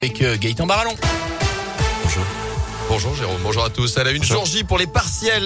Avec Gaëtan Barallon. Bonjour. Bonjour Jérôme, bonjour à tous. À la une, jour J pour les partiels.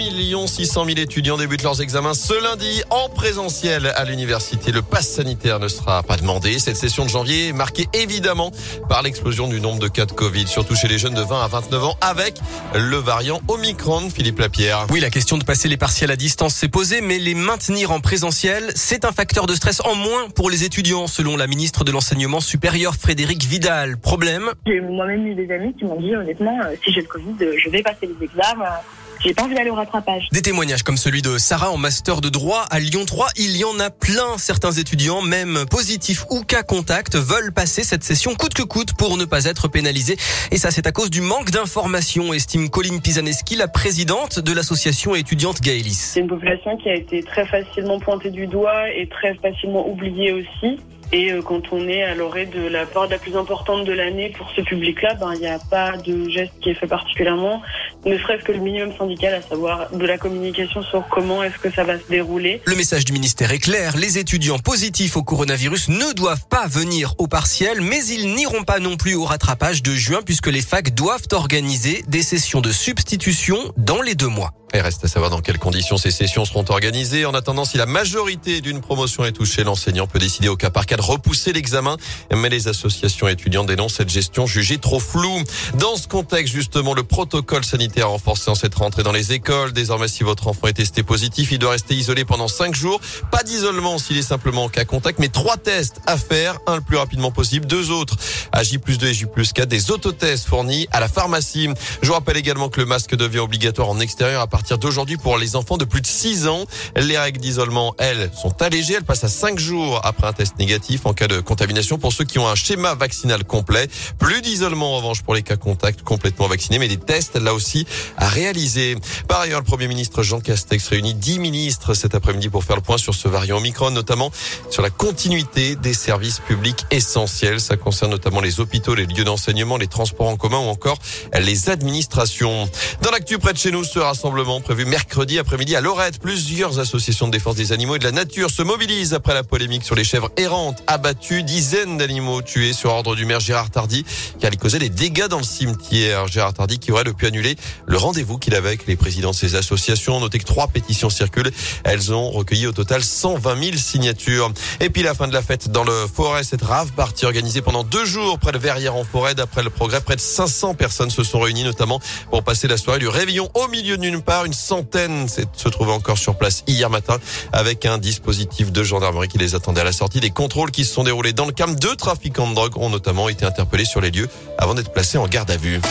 1 600 000 étudiants débutent leurs examens ce lundi en présentiel à l'université. Le pass sanitaire ne sera pas demandé. Cette session de janvier est marquée évidemment par l'explosion du nombre de cas de Covid, surtout chez les jeunes de 20 à 29 ans avec le variant Omicron. Philippe Lapierre. Oui, la question de passer les partiels à distance s'est posée, mais les maintenir en présentiel, c'est un facteur de stress en moins pour les étudiants, selon la ministre de l'Enseignement supérieur Frédérique Vidal. Problème ? J'ai moi-même eu des amis qui m'ont dit honnêtement, si j'ai le Covid, je vais passer les examens. J'ai pas envie d'aller au rattrapage. Des témoignages comme celui de Sarah en master de droit à Lyon 3. Il y en a plein. Certains étudiants, même positifs ou cas contact, veulent passer cette session coûte que coûte pour ne pas être pénalisés. Et ça, c'est à cause du manque d'informations, estime Colline Pisaneschi, la présidente de l'association étudiante Gaëlis. C'est une population qui a été très facilement pointée du doigt et très facilement oubliée aussi. Et quand on est à l'orée de la période la plus importante de l'année pour ce public-là, il n'y a pas de geste qui est fait particulièrement, ne serait-ce que le minimum syndical, à savoir de la communication sur comment est-ce que ça va se dérouler. Le message du ministère est clair, les étudiants positifs au coronavirus ne doivent pas venir au partiel, mais ils n'iront pas non plus au rattrapage de juin puisque les facs doivent organiser des sessions de substitution dans les 2 mois. Il reste à savoir dans quelles conditions ces sessions seront organisées. En attendant, si la majorité d'une promotion est touchée, l'enseignant peut décider au cas par cas de repousser l'examen. Mais les associations étudiantes dénoncent cette gestion jugée trop floue. Dans ce contexte, justement, le protocole sanitaire renforcé en cette rentrée dans les écoles. Désormais, si votre enfant est testé positif, il doit rester isolé pendant 5 jours. Pas d'isolement s'il est simplement en cas contact, mais 3 tests à faire, un le plus rapidement possible, 2 autres à J+2 et J+4, des autotests fournis à la pharmacie. Je vous rappelle également que le masque devient obligatoire en extérieur à partir d'aujourd'hui pour les enfants de plus de 6 ans. Les règles d'isolement, elles, sont allégées. Elles passent à 5 jours après un test négatif en cas de contamination pour ceux qui ont un schéma vaccinal complet. Plus d'isolement en revanche pour les cas contacts complètement vaccinés, mais des tests là aussi à réaliser. Par ailleurs, le Premier ministre Jean Castex réunit 10 ministres cet après-midi pour faire le point sur ce variant Omicron, notamment sur la continuité des services publics essentiels. Ça concerne notamment les hôpitaux, les lieux d'enseignement, les transports en commun ou encore les administrations. Dans l'actu près de chez nous, ce rassemblement prévu mercredi après-midi à Lorette. Plusieurs associations de défense des animaux et de la nature se mobilisent après la polémique sur les chèvres errantes abattues. Dizaines d'animaux tués sur ordre du maire Gérard Tardy, car il causait des dégâts dans le cimetière. Gérard Tardy qui aurait depuis annulé le rendez-vous qu'il avait avec les présidents de ces associations. Notez que 3 pétitions circulent. Elles ont recueilli au total 120 000 signatures. Et puis la fin de la fête dans le Forêt, cette rave party organisée pendant 2 jours près de Verrières en Forêt. D'après le Progrès, près de 500 personnes se sont réunies, notamment pour passer la soirée du réveillon au milieu de nulle part. Une centaine se trouvait encore sur place hier matin avec un dispositif de gendarmerie qui les attendait à la sortie. Des contrôles qui se sont déroulés dans le calme. 2 trafiquants de drogue ont notamment été interpellés sur les lieux avant d'être placés en garde à vue.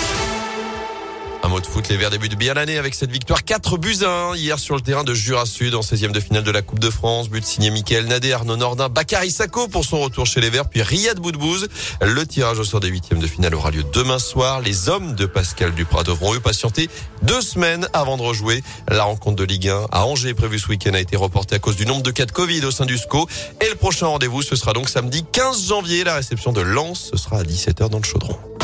Un mot de foot, les Verts débutent bien l'année avec cette victoire 4-1 hier sur le terrain de Jura Sud en 16e de finale de la Coupe de France. But signé Mickaël Nadé, Arnaud Nordin, Bakary Sako pour son retour chez les Verts, puis Riyad Boudbouz. Le tirage au sort des 8e de finale aura lieu demain soir. Les hommes de Pascal Duprat devront eux patienter 2 semaines avant de rejouer. La rencontre de Ligue 1 à Angers prévue ce week-end a été reportée à cause du nombre de cas de Covid au sein du SCO. Et le prochain rendez-vous, ce sera donc samedi 15 janvier. La réception de Lens, ce sera à 17h dans le Chaudron.